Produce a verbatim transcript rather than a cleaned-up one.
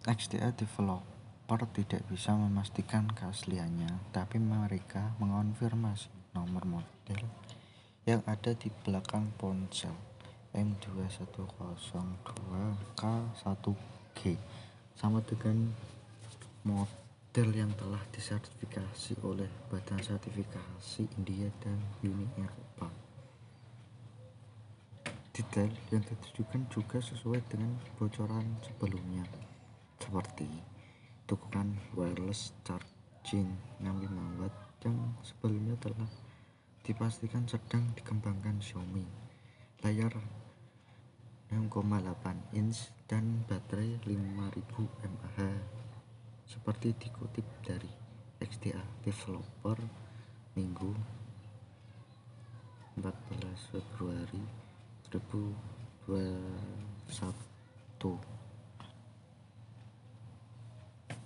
X D A developer tidak bisa memastikan keasliannya, tapi mereka mengonfirmasi nomor model yang ada di belakang ponsel M dua satu nol dua K satu G sama dengan model yang telah disertifikasi oleh Badan Sertifikasi India dan Uni Eropa. Detail yang ditujukan juga sesuai dengan bocoran sebelumnya, seperti dukungan wireless charging enam puluh lima watt yang sebelumnya telah dipastikan sedang dikembangkan Xiaomi, layar enam koma delapan inch dan baterai lima ribu mAh, seperti dikutip dari X D A Developer Minggu empat belas Februari dua ribu dua puluh satu.